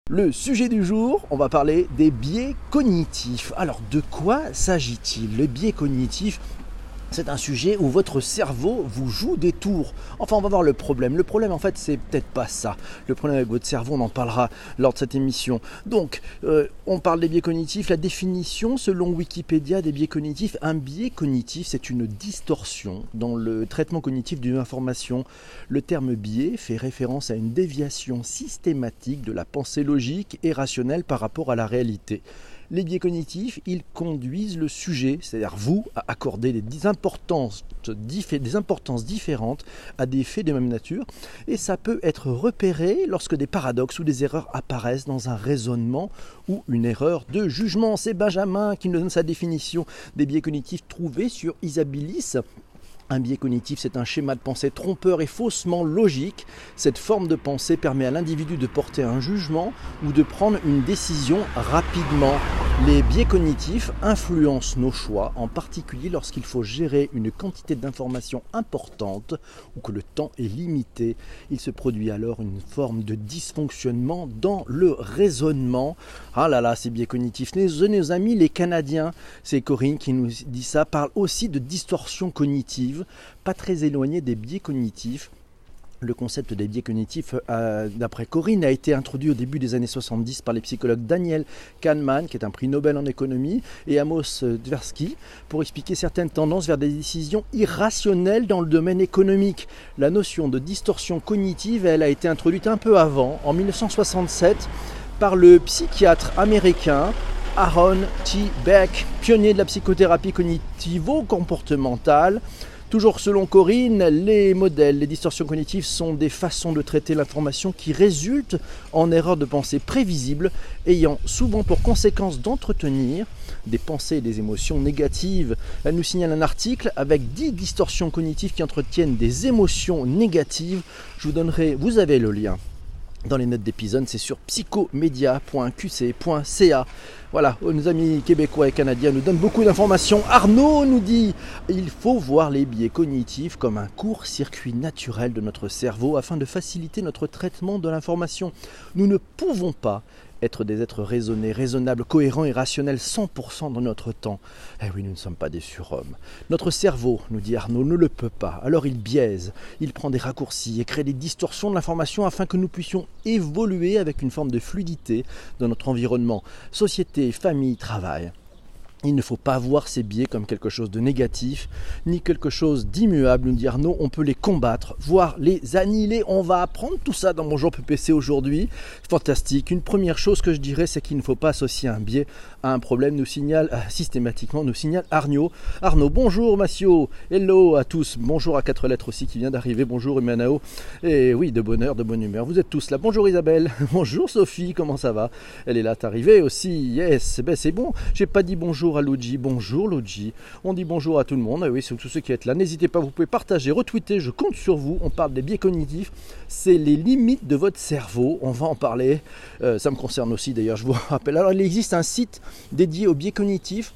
Le sujet du jour, on va parler des biais cognitifs. Alors de quoi s'agit-il? Le biais cognitif, c'est un sujet où votre cerveau vous joue des tours. Enfin, on va voir le problème. Le problème, en fait, c'est peut-être pas ça. Le problème avec votre cerveau, on en parlera lors de cette émission. Donc, on parle des biais cognitifs. La définition, selon Wikipédia, des biais cognitifs. Un biais cognitif, c'est une distorsion dans le traitement cognitif d'une information. Le terme biais fait référence à une déviation systématique de la pensée logique et rationnelle par rapport à la réalité. Les biais cognitifs, ils conduisent le sujet, c'est-à-dire vous, à accorder des importances différentes à des faits de même nature. Et ça peut être repéré lorsque des paradoxes ou des erreurs apparaissent dans un raisonnement ou une erreur de jugement. C'est Benjamin qui nous donne sa définition des biais cognitifs trouvés sur Isabilis. Un biais cognitif, c'est un schéma de pensée trompeur et faussement logique. Cette forme de pensée permet à l'individu de porter un jugement ou de prendre une décision rapidement. Les biais cognitifs influencent nos choix, en particulier lorsqu'il faut gérer une quantité d'informations importante ou que le temps est limité. Il se produit alors une forme de dysfonctionnement dans le raisonnement. Ah là là, ces biais cognitifs. Nos amis les Canadiens, c'est Corinne qui nous dit ça, parlent aussi de distorsion cognitive. Pas très éloigné des biais cognitifs. Le concept des biais cognitifs, d'après Corinne, a été introduit au début des années 70 par les psychologues Daniel Kahneman, qui est un prix Nobel en économie, et Amos Tversky, pour expliquer certaines tendances vers des décisions irrationnelles dans le domaine économique. La notion de distorsion cognitive, elle a été introduite un peu avant, en 1967, par le psychiatre américain Aaron T. Beck, pionnier de la psychothérapie cognitivo-comportementale. Toujours selon Corinne, les modèles, les distorsions cognitives sont des façons de traiter l'information qui résultent en erreurs de pensée prévisibles, ayant souvent pour conséquence d'entretenir des pensées et des émotions négatives. Elle nous signale un article avec 10 distorsions cognitives qui entretiennent des émotions négatives. Vous avez le lien dans les notes d'épisode, c'est sur psychomedia.qc.ca. Voilà, nos amis québécois et canadiens nous donnent beaucoup d'informations. Arnaud nous dit « Il faut voir les biais cognitifs comme un court-circuit naturel de notre cerveau afin de faciliter notre traitement de l'information. Nous ne pouvons pas être des êtres raisonnés, raisonnables, cohérents et rationnels 100% dans notre temps. Eh oui, nous ne sommes pas des surhommes. Notre cerveau, nous dit Arnaud, ne le peut pas. Alors il biaise, il prend des raccourcis et crée des distorsions de l'information afin que nous puissions évoluer avec une forme de fluidité dans notre environnement, société, famille, travail. Il ne faut pas voir ces biais comme quelque chose de négatif, ni quelque chose d'immuable. Nous dit Arnaud, on peut les combattre, voire les annihiler. On va apprendre tout ça dans Bonjour PPC aujourd'hui. Fantastique. Une première chose que je dirais, c'est qu'il ne faut pas associer un biais à un problème. Nous signale Arnaud. Arnaud, bonjour Massio. Hello à tous. Bonjour à 4 lettres aussi qui vient d'arriver. Bonjour Emanao. Et oui, de bonne heure, de bonne humeur. Vous êtes tous là. Bonjour Isabelle. Bonjour Sophie. Comment ça va? Elle est là, t'es arrivée aussi. Yes. Ben c'est bon. J'ai pas dit bonjour à Logi. Bonjour Logi. On dit bonjour à tout le monde. Et oui, c'est tous ceux qui êtes là. N'hésitez pas, vous pouvez partager, retweeter. Je compte sur vous. On parle des biais cognitifs. C'est les limites de votre cerveau. On va en parler. Ça me concerne aussi d'ailleurs, je vous rappelle. Alors, il existe un site dédié aux biais cognitifs.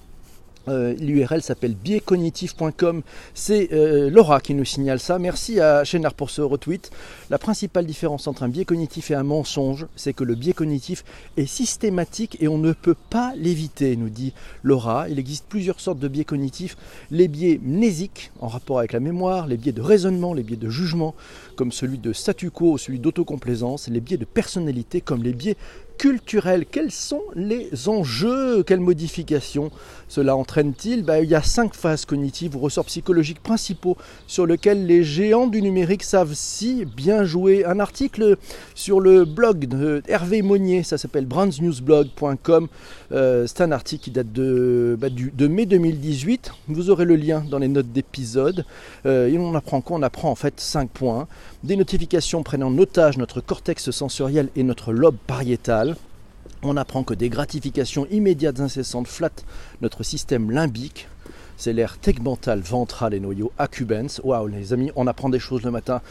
L'URL s'appelle biaiscognitif.com. C'est Laura qui nous signale ça. Merci à Chénard pour ce retweet. La principale différence entre un biais cognitif et un mensonge, c'est que le biais cognitif est systématique et on ne peut pas l'éviter, nous dit Laura. Il existe plusieurs sortes de biais cognitifs. Les biais mnésiques, en rapport avec la mémoire, les biais de raisonnement, les biais de jugement, comme celui de statu quo ou celui d'autocomplaisance, les biais de personnalité, comme les biais culturels. Quels sont les enjeux? Quelles modifications cela entraîne-t-il? Il y a 5 phases cognitives ou ressorts psychologiques principaux sur lesquels les géants du numérique savent si bien jouer. Un article sur le blog de Hervé Monnier, ça s'appelle brandsnewsblog.com. C'est un article qui date de mai 2018. Vous aurez le lien dans les notes d'épisode. Et on apprend quoi? On apprend en fait 5 points. Des notifications prennent en otage notre cortex sensoriel et notre lobe pariétal. On apprend que des gratifications immédiates incessantes flattent notre système limbique. c'est l'air tegmental, ventral et noyau accumbens. Waouh les amis, on apprend des choses le matin.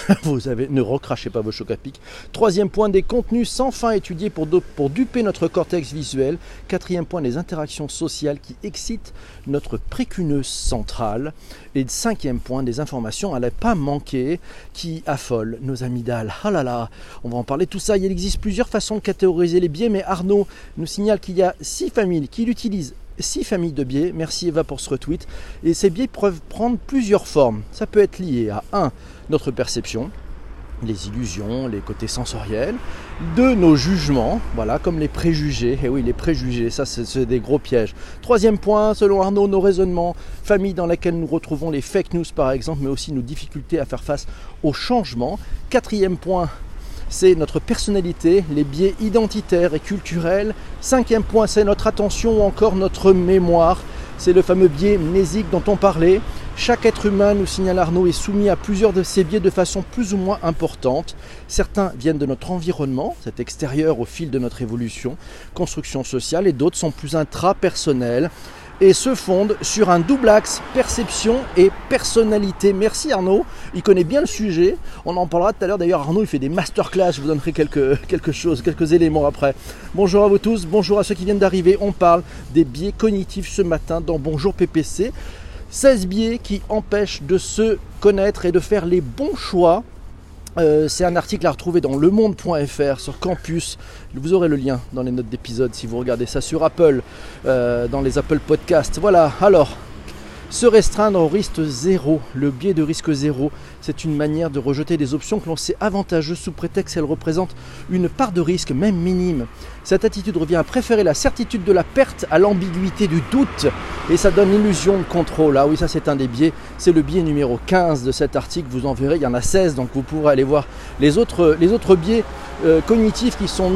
Ne recrachez pas vos chocs à pic. Troisième point, des contenus sans fin étudiés pour duper notre cortex visuel. Quatrième point, les interactions sociales qui excitent notre précuneuse centrale. Et cinquième point, des informations à ne pas manquer qui affolent nos amygdales. Ah là là, on va en parler tout ça. Il existe plusieurs façons de catégoriser les biais, mais Arnaud nous signale qu'il y a 6 familles qui l'utilisent. 6 familles de biais, merci Eva pour ce retweet, et ces biais peuvent prendre plusieurs formes. Ça peut être lié à 1. Notre perception, les illusions, les côtés sensoriels. 2. Nos jugements, voilà, comme les préjugés. Et oui, les préjugés, ça c'est des gros pièges. Troisième point, selon Arnaud, nos raisonnements, famille dans laquelle nous retrouvons les fake news par exemple, mais aussi nos difficultés à faire face au changement. Quatrième point, c'est notre personnalité, les biais identitaires et culturels. Cinquième point, c'est notre attention ou encore notre mémoire. C'est le fameux biais mnésique dont on parlait. Chaque être humain, nous signale Arnaud, est soumis à plusieurs de ces biais de façon plus ou moins importante. Certains viennent de notre environnement, cet extérieur au fil de notre évolution, construction sociale, et d'autres sont plus intrapersonnels et se fondent sur un double axe perception et personnalité. Merci Arnaud, il connaît bien le sujet, on en parlera tout à l'heure. D'ailleurs Arnaud il fait des masterclass, je vous donnerai quelques éléments après. Bonjour à vous tous, bonjour à ceux qui viennent d'arriver. On parle des biais cognitifs ce matin dans Bonjour PPC. 16 biais qui empêchent de se connaître et de faire les bons choix. C'est un article à retrouver dans lemonde.fr sur Campus. Vous aurez le lien dans les notes d'épisode si vous regardez ça sur Apple, dans les Apple Podcasts. Voilà, alors, se restreindre au risque zéro. Le biais de risque zéro, c'est une manière de rejeter des options que l'on sait avantageuses sous prétexte qu'elles représentent une part de risque, même minime. Cette attitude revient à préférer la certitude de la perte à l'ambiguïté du doute, et ça donne l'illusion de contrôle. Ah oui, ça c'est un des biais, c'est le biais numéro 15 de cet article, vous en verrez, il y en a 16, donc vous pourrez aller voir les autres biais cognitifs qui sont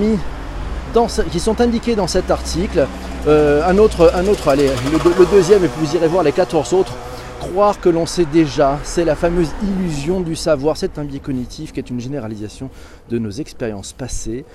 indiqués dans cet article. Un autre, allez, le deuxième, et puis vous irez voir les 14 autres. Croire que l'on sait déjà, c'est la fameuse illusion du savoir. C'est un biais cognitif qui est une généralisation de nos expériences passées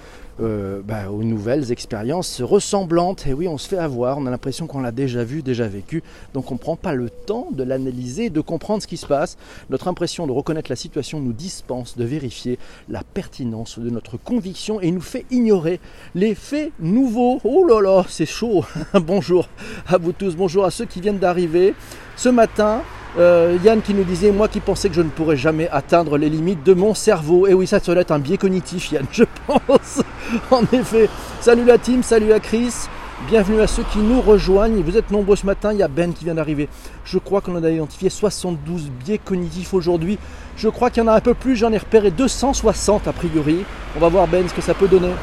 aux nouvelles expériences ressemblantes. Et oui, on se fait avoir, on a l'impression qu'on l'a déjà vu, déjà vécu, donc on ne prend pas le temps de l'analyser, de comprendre ce qui se passe. Notre impression de reconnaître la situation nous dispense de vérifier la pertinence de notre conviction et nous fait ignorer les faits nouveaux. Oh là là, c'est chaud. Bonjour à vous tous, bonjour à ceux qui viennent d'arriver. Ce matin, Yann qui nous disait, moi qui pensais que je ne pourrais jamais atteindre les limites de mon cerveau. Et oui, ça doit être un biais cognitif, Yann, je pense. En effet. Salut la team, salut à Chris. Bienvenue à ceux qui nous rejoignent. Vous êtes nombreux ce matin, il y a Ben qui vient d'arriver. Je crois qu'on en a identifié 72 biais cognitifs aujourd'hui. Je crois qu'il y en a un peu plus, j'en ai repéré 260 a priori. On va voir Ben ce que ça peut donner.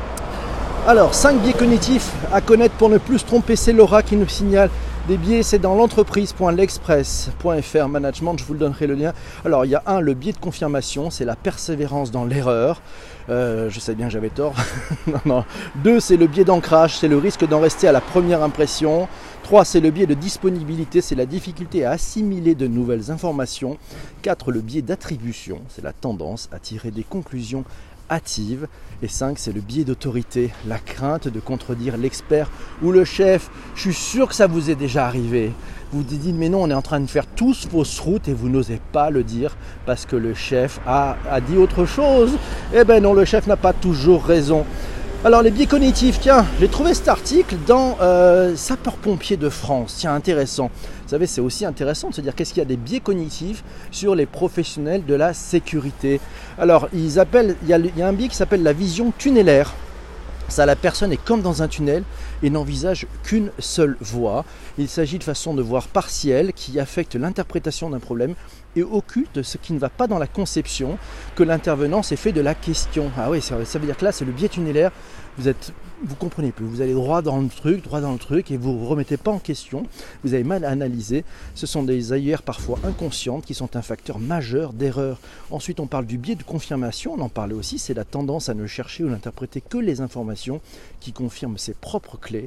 Alors, 5 biais cognitifs à connaître pour ne plus se tromper, c'est Laura qui nous signale. Des biais, c'est dans l'entreprise.l'express.fr management, je vous le donnerai le lien. Alors, il y a le biais de confirmation, c'est la persévérance dans l'erreur. Je sais bien que j'avais tort. Non. 2, c'est le biais d'ancrage, c'est le risque d'en rester à la première impression. 3, c'est le biais de disponibilité, c'est la difficulté à assimiler de nouvelles informations. 4, le biais d'attribution, c'est la tendance à tirer des conclusions hâtives. Et 5, c'est le biais d'autorité, la crainte de contredire l'expert ou le chef. Je suis sûr que ça vous est déjà arrivé. Vous vous dites, mais non, on est en train de faire tous fausse route et vous n'osez pas le dire parce que le chef a dit autre chose. Eh ben non, le chef n'a pas toujours raison. Alors les biais cognitifs, tiens, j'ai trouvé cet article dans Sapeurs-pompiers de France, tiens, intéressant. Vous savez, c'est aussi intéressant de se dire qu'est-ce qu'il y a des biais cognitifs sur les professionnels de la sécurité. Alors, il y a un biais qui s'appelle la vision tunnellaire. Ça, la personne est comme dans un tunnel et n'envisage qu'une seule voie. Il s'agit de façons de voir partielles qui affectent l'interprétation d'un problème et occultent ce qui ne va pas dans la conception que l'intervenant s'est fait de la question. Ah oui, ça veut dire que là, c'est le biais tunnellaire. Vous comprenez plus, vous allez droit dans le truc et vous ne vous remettez pas en question. Vous avez mal analysé. Ce sont des AIR parfois inconscientes qui sont un facteur majeur d'erreur. Ensuite, on parle du biais de confirmation. On en parlait aussi, c'est la tendance à ne chercher ou n'interpréter que les informations qui confirment ses propres clés.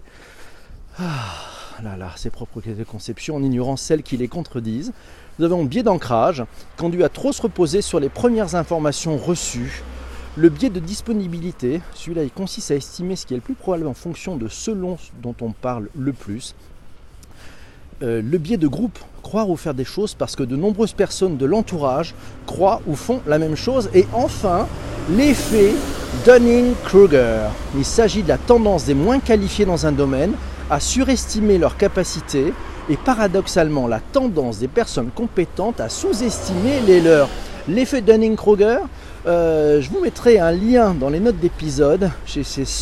Ses propres clés de conception en ignorant celles qui les contredisent. Nous avons un biais d'ancrage, conduit à trop se reposer sur les premières informations reçues. Le biais de disponibilité, celui-là, il consiste à estimer ce qui est le plus probable en fonction de ce dont on parle le plus. le biais de groupe, croire ou faire des choses parce que de nombreuses personnes de l'entourage croient ou font la même chose. Et enfin, l'effet Dunning-Kruger. Il s'agit de la tendance des moins qualifiés dans un domaine à surestimer leurs capacités et paradoxalement la tendance des personnes compétentes à sous-estimer les leurs. L'effet Dunning-Kruger, je vous mettrai un lien dans les notes d'épisode chez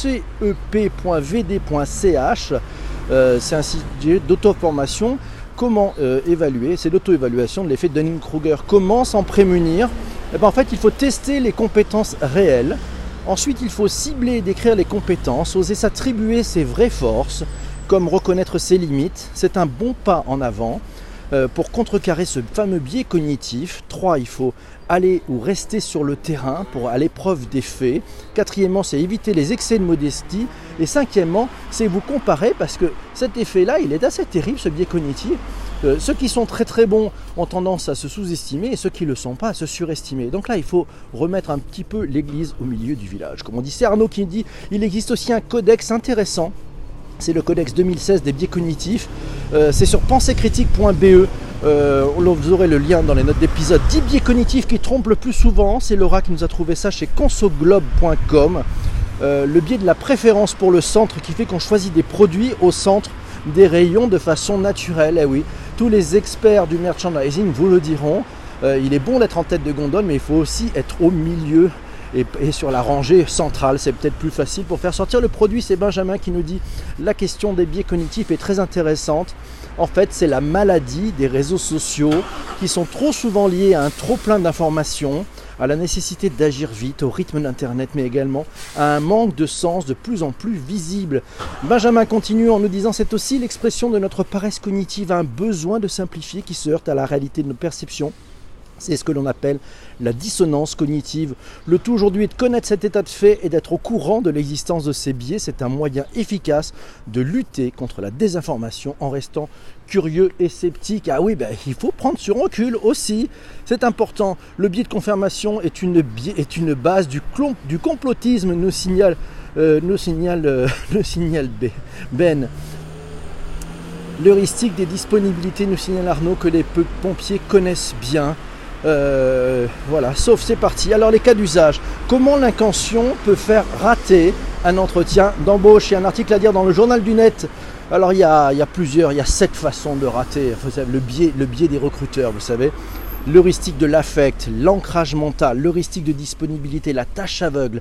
cep.vd.ch. C'est un site d'auto-formation. Comment évaluer, c'est l'auto-évaluation de l'effet Dunning-Kruger. Comment s'en prémunir? En fait, il faut tester les compétences réelles. Ensuite, il faut cibler et décrire les compétences, oser s'attribuer ses vraies forces, comme reconnaître ses limites. C'est un bon pas en avant pour contrecarrer ce fameux biais cognitif. 3, il faut aller ou rester sur le terrain pour à l'épreuve des faits. 4e, c'est éviter les excès de modestie. Et 5e, c'est vous comparer parce que cet effet-là, il est assez terrible, ce biais cognitif. Ceux qui sont très très bons ont tendance à se sous-estimer et ceux qui ne le sont pas à se surestimer. Donc là, il faut remettre un petit peu l'église au milieu du village. Comme on dit, c'est Arnaud qui dit, il existe aussi un codex intéressant. C'est le codex 2016 des biais cognitifs. C'est sur penseecritique.be. Vous aurez le lien dans les notes d'épisode. 10 biais cognitifs qui trompent le plus souvent. C'est Laura qui nous a trouvé ça chez consoglobe.com. Le biais de la préférence pour le centre qui fait qu'on choisit des produits au centre des rayons de façon naturelle. Eh oui, tous les experts du merchandising vous le diront. Il est bon d'être en tête de gondole, mais il faut aussi être au milieu et sur la rangée centrale. C'est peut-être plus facile pour faire sortir le produit. C'est Benjamin qui nous dit la question des biais cognitifs est très intéressante. En fait, c'est la maladie des réseaux sociaux qui sont trop souvent liés à un trop plein d'informations, à la nécessité d'agir vite, au rythme d'Internet, mais également à un manque de sens de plus en plus visible. Benjamin continue en nous disant c'est aussi l'expression de notre paresse cognitive, un besoin de simplifier qui se heurte à la réalité de nos perceptions. C'est ce que l'on appelle la dissonance cognitive. Le tout aujourd'hui est de connaître cet état de fait et d'être au courant de l'existence de ces biais. C'est un moyen efficace de lutter contre la désinformation en restant curieux et sceptique. Ah oui, il faut prendre sur recul aussi. C'est important. Le biais de confirmation est une base du complotisme, nous signale Ben. L'heuristique des disponibilités nous signale Arnaud que les pompiers connaissent bien. Voilà, sauf c'est parti. Alors les cas d'usage, comment l'inconscient peut faire rater un entretien d'embauche? Il y a un article à dire dans le journal du net. Alors il y a 7 façons de rater. Vous savez, le biais des recruteurs, vous savez. L'heuristique de l'affect, l'ancrage mental, l'heuristique de disponibilité, la tâche aveugle.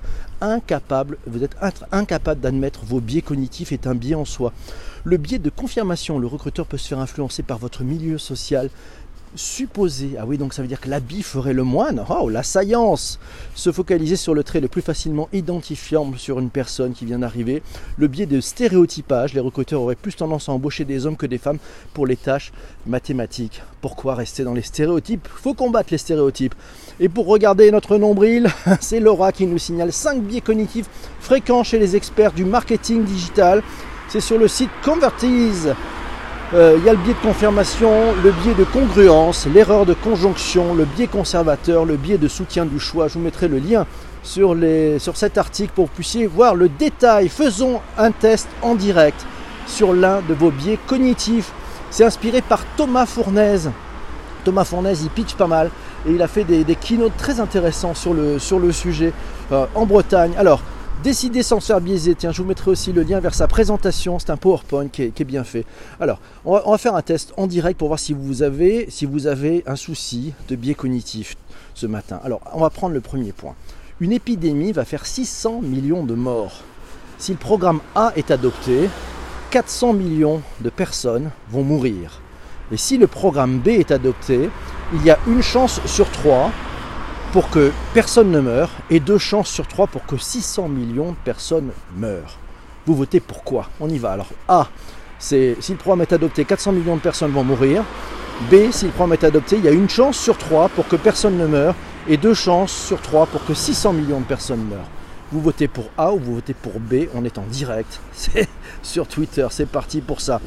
Vous êtes incapable d'admettre vos biais cognitifs est un biais en soi. Le biais de confirmation, le recruteur peut se faire influencer par votre milieu social. Supposer, ah oui, donc ça veut dire que l'habit ferait le moine. Oh, la saillance. Se focaliser sur le trait le plus facilement identifiable sur une personne qui vient d'arriver. Le biais de stéréotypage, les recruteurs auraient plus tendance à embaucher des hommes que des femmes pour les tâches mathématiques. Pourquoi rester dans les stéréotypes? Il faut combattre les stéréotypes. Et pour regarder notre nombril, c'est Laura qui nous signale 5 biais cognitifs fréquents chez les experts du marketing digital. C'est sur le site Convertease. Il y a le biais de confirmation, le biais de congruence, l'erreur de conjonction, le biais conservateur, le biais de soutien du choix. Je vous mettrai le lien sur cet article pour que vous puissiez voir le détail. Faisons un test en direct sur l'un de vos biais cognitifs. C'est inspiré par Thomas Fournaise. Thomas Fournaise, il pitch pas mal et il a fait des keynotes très intéressants sur le sujet en Bretagne. Alors, décider sans se faire biaiser, tiens, je vous mettrai aussi le lien vers sa présentation, c'est un PowerPoint qui est bien fait. Alors, on va faire un test en direct pour voir si vous avez un souci de biais cognitif ce matin. Alors, on va prendre le premier point. Une épidémie va faire 600 millions de morts. Si le programme A est adopté, 400 millions de personnes vont mourir. Et si le programme B est adopté, il y a une chance sur 3 pour que personne ne meure et 2 chances sur 3 pour que 600 millions de personnes meurent. Vous votez pour quoi? On y va. Alors A, c'est si le programme est adopté, 400 millions de personnes vont mourir. B, si le programme est adopté, il y a une chance sur 3 pour que personne ne meure et 2 chances sur 3 pour que 600 millions de personnes meurent. Vous votez pour A ou vous votez pour B? On est en direct, c'est sur Twitter, c'est parti pour ça.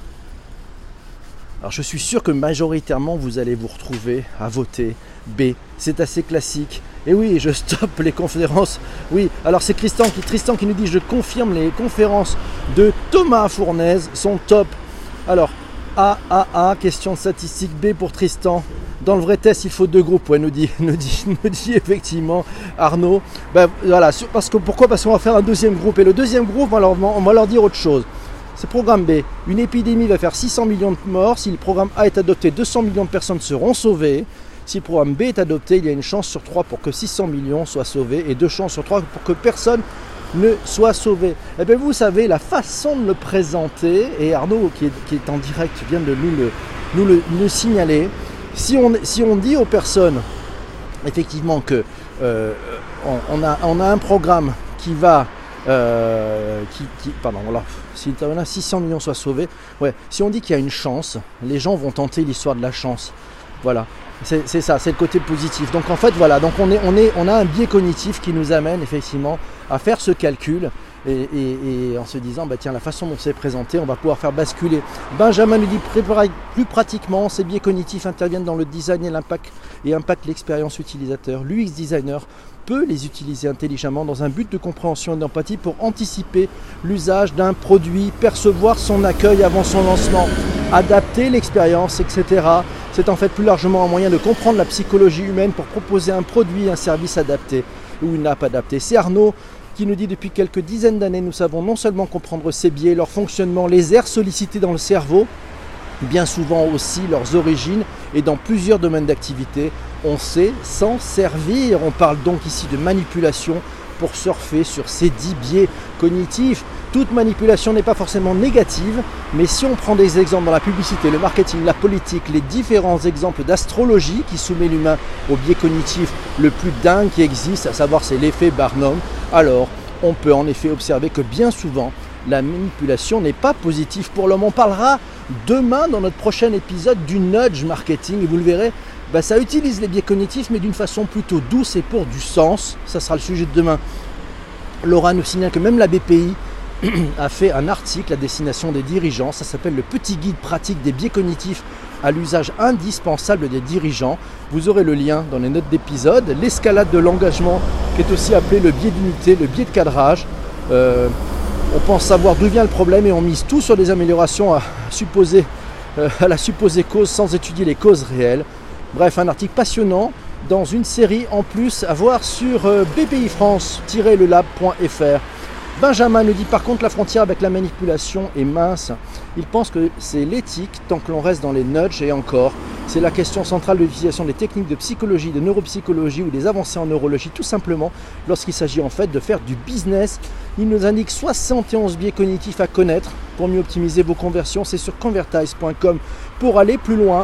Alors je suis sûr que majoritairement vous allez vous retrouver à voter B. C'est assez classique. Et oui, je stoppe les conférences. Oui, alors c'est Tristan qui nous dit je confirme les conférences de Thomas Fournaise sont top. Alors Question de statistique B pour Tristan. Dans le vrai test, il faut 2 groupes, ouais, nous dit effectivement Arnaud. Pourquoi ? Parce qu'on va faire un deuxième groupe. Et le deuxième groupe, on va leur dire autre chose. C'est programme B. Une épidémie va faire 600 millions de morts. Si le programme A est adopté, 200 millions de personnes seront sauvées. Si le programme B est adopté, il y a une chance sur 3 pour que 600 millions soient sauvés et 2 chances sur 3 pour que personne ne soit sauvé. Eh bien, vous savez, la façon de le présenter, et Arnaud qui est en direct vient de nous le signaler, si on dit aux personnes effectivement que on a un programme qui va si 600 millions soient sauvés, si on dit qu'il y a une chance, les gens vont tenter l'histoire de la chance. Voilà, c'est ça, c'est le côté positif. Donc en fait voilà, donc on a un biais cognitif qui nous amène effectivement à faire ce calcul et en se disant tiens, la façon dont c'est présenté, on va pouvoir faire basculer. Benjamin nous dit plus pratiquement, ces biais cognitifs interviennent dans le design et impactent l'expérience utilisateur. L'UX designer peut les utiliser intelligemment dans un but de compréhension et d'empathie pour anticiper l'usage d'un produit, percevoir son accueil avant son lancement, adapter l'expérience, etc. C'est en fait plus largement un moyen de comprendre la psychologie humaine pour proposer un produit, un service adapté ou une app adaptée. C'est Arnaud qui nous dit depuis quelques dizaines d'années, nous savons non seulement comprendre ces biais, leur fonctionnement, les aires sollicitées dans le cerveau, bien souvent aussi leurs origines et dans plusieurs domaines d'activité, on sait s'en servir. On parle donc ici de manipulation pour surfer sur ces 10 biais cognitifs. Toute manipulation n'est pas forcément négative, mais si on prend des exemples dans la publicité, le marketing, la politique, les différents exemples d'astrologie qui soumet l'humain au biais cognitif le plus dingue qui existe, à savoir c'est l'effet Barnum, alors on peut en effet observer que bien souvent la manipulation n'est pas positive pour l'homme. On parlera demain dans notre prochain épisode du nudge marketing et vous le verrez, ça utilise les biais cognitifs mais d'une façon plutôt douce et pour du sens. Ça sera le sujet de demain. Laura nous signale que même la BPI a fait un article à destination des dirigeants. Ça s'appelle le petit guide pratique des biais cognitifs à l'usage indispensable des dirigeants. Vous aurez le lien dans les notes d'épisode. L'escalade de l'engagement qui est aussi appelé le biais d'unité, le biais de cadrage. On pense savoir d'où vient le problème et on mise tout sur des améliorations à la supposée cause sans étudier les causes réelles. Bref, un article passionnant dans une série en plus à voir sur bpifrance-lelab.fr. Benjamin nous dit par contre la frontière avec la manipulation est mince. Il pense que c'est l'éthique tant que l'on reste dans les nudges et encore. C'est la question centrale de l'utilisation des techniques de psychologie, de neuropsychologie ou des avancées en neurologie tout simplement lorsqu'il s'agit en fait de faire du business. Il nous indique 71 biais cognitifs à connaître pour mieux optimiser vos conversions. C'est sur convertise.com pour aller plus loin.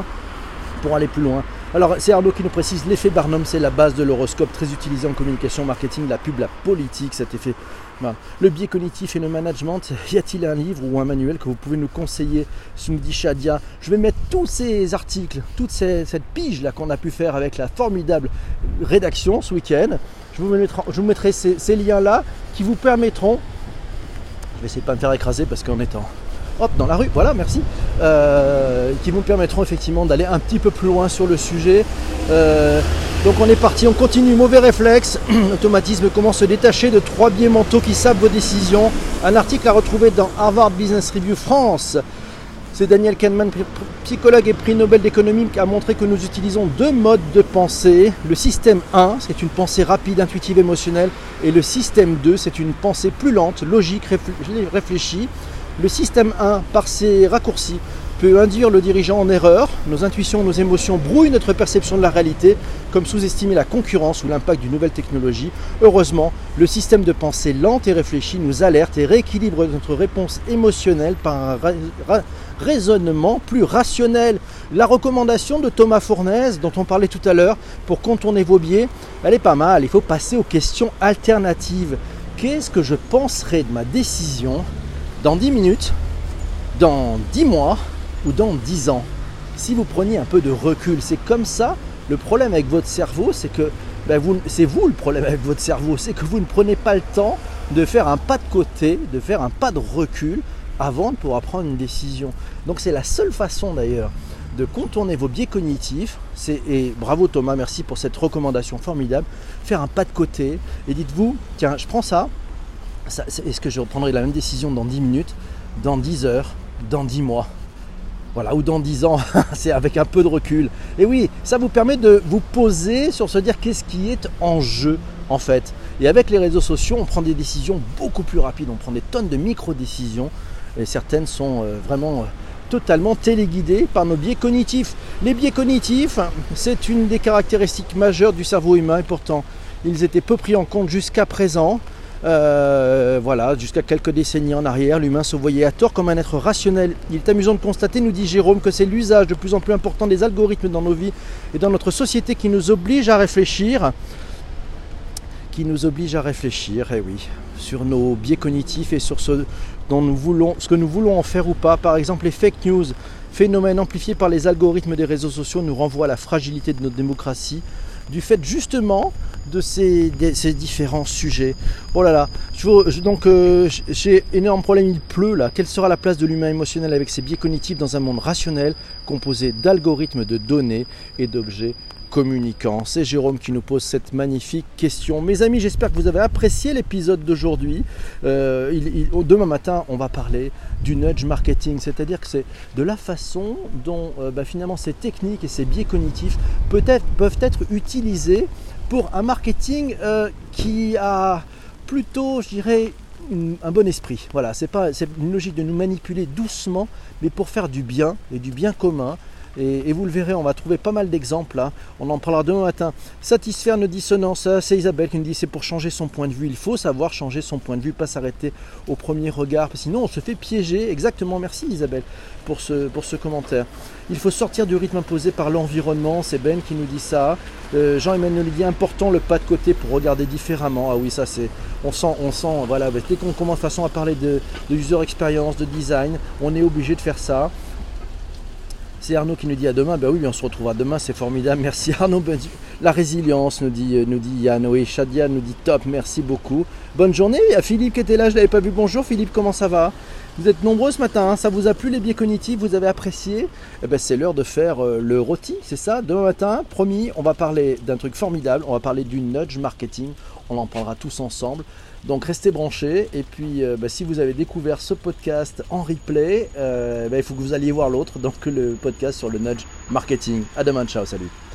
Alors c'est Arnaud qui nous précise, l'effet Barnum c'est la base de l'horoscope très utilisé en communication, marketing, la pub, la politique, cet effet. Voilà. Le biais cognitif et le management, y a-t-il un livre ou un manuel que vous pouvez nous conseiller? Me dit Shadia. Je vais mettre tous ces articles, cette pige là qu'on a pu faire avec la formidable rédaction ce week-end. Je vous mettrai ces liens là qui vous permettront, je vais essayer de ne pas me faire écraser parce qu'en étant dans la rue, voilà, merci, qui vous permettront effectivement d'aller un petit peu plus loin sur le sujet. Donc on est parti, on continue, mauvais réflexe, automatisme, comment se détacher de 3 biais mentaux qui sapent vos décisions. Un article à retrouver dans Harvard Business Review France. C'est Daniel Kahneman, psychologue et prix Nobel d'économie, qui a montré que nous utilisons 2 modes de pensée. Le système 1, c'est une pensée rapide, intuitive, émotionnelle, et le système 2, c'est une pensée plus lente, logique, réfléchie. Le système 1, par ses raccourcis, peut induire le dirigeant en erreur. Nos intuitions, nos émotions brouillent notre perception de la réalité, comme sous-estimer la concurrence ou l'impact d'une nouvelle technologie. Heureusement, le système de pensée lente et réfléchie nous alerte et rééquilibre notre réponse émotionnelle par un raisonnement plus rationnel. La recommandation de Thomas Fournaise, dont on parlait tout à l'heure, pour contourner vos biais, elle est pas mal. Il faut passer aux questions alternatives. Qu'est-ce que je penserai de ma décision dans 10 minutes, dans 10 mois ou dans 10 ans? Si vous preniez un peu de recul, c'est comme ça. Le problème avec votre cerveau, c'est que c'est vous le problème avec votre cerveau, c'est que vous ne prenez pas le temps de faire un pas de côté, de faire un pas de recul avant de pouvoir prendre une décision. Donc c'est la seule façon d'ailleurs de contourner vos biais cognitifs. Et bravo Thomas, merci pour cette recommandation formidable. Faire un pas de côté et dites-vous, tiens, je prends ça. Est-ce que je reprendrai la même décision dans 10 minutes, dans 10 heures, dans 10 mois? Voilà, ou dans 10 ans, c'est avec un peu de recul. Et oui, ça vous permet de vous poser sur se dire qu'est-ce qui est en jeu en fait. Et avec les réseaux sociaux, on prend des décisions beaucoup plus rapides, on prend des tonnes de micro-décisions et certaines sont vraiment totalement téléguidées par nos biais cognitifs. Les biais cognitifs, c'est une des caractéristiques majeures du cerveau humain et pourtant, ils étaient peu pris en compte jusqu'à présent. Voilà, jusqu'à quelques décennies en arrière, l'humain se voyait à tort comme un être rationnel. Il est amusant de constater, nous dit Jérôme, que c'est l'usage de plus en plus important des algorithmes dans nos vies et dans notre société qui nous oblige à réfléchir. Et oui, sur nos biais cognitifs et sur ce que nous voulons en faire ou pas. Par exemple, les fake news, phénomène amplifié par les algorithmes des réseaux sociaux, nous renvoient à la fragilité de notre démocratie, du fait justement de ces différents sujets. Oh là là, j'ai énorme problème, il pleut là. Quelle sera la place de l'humain émotionnel avec ses biais cognitifs dans un monde rationnel composé d'algorithmes, de données et d'objets communicants? C'est Jérôme qui nous pose cette magnifique question. Mes amis, j'espère que vous avez apprécié l'épisode d'aujourd'hui. Demain matin, on va parler du nudge marketing, c'est-à-dire que c'est de la façon dont finalement ces techniques et ces biais cognitifs peuvent être utilisés pour un marketing qui a plutôt, je dirais, un bon esprit. Voilà, c'est une logique de nous manipuler doucement, mais pour faire du bien et du bien commun. Et vous le verrez, on va trouver pas mal d'exemples là. On en parlera demain matin. Satisfaire nos dissonances, c'est Isabelle qui nous dit c'est pour changer son point de vue. Il faut savoir changer son point de vue, pas s'arrêter au premier regard. Sinon on se fait piéger. Exactement, merci Isabelle pour ce commentaire. Il faut sortir du rythme imposé par l'environnement. C'est Ben qui nous dit ça. Jean-Emmanuel dit important le pas de côté pour regarder différemment. Ah oui, ça c'est. On sent, voilà, dès qu'on commence de façon à parler de user experience, de design, on est obligé de faire ça. C'est Arnaud qui nous dit à demain. Ben oui, on se retrouvera demain, c'est formidable. Merci Arnaud. La résilience nous dit Yann. Oui, Shadia nous dit top, merci beaucoup. Bonne journée. Il y a Philippe qui était là, je ne l'avais pas vu. Bonjour Philippe, comment ça va? Vous êtes nombreux ce matin, hein. Ça vous a plu les biais cognitifs? Vous avez apprécié? Eh ben, c'est l'heure de faire le rôti, c'est ça? Demain matin, promis, on va parler d'un truc formidable. On va parler du nudge marketing. On en parlera tous ensemble. Donc restez branchés et puis si vous avez découvert ce podcast en replay, il faut que vous alliez voir l'autre, donc le podcast sur le nudge marketing. À demain, ciao, salut.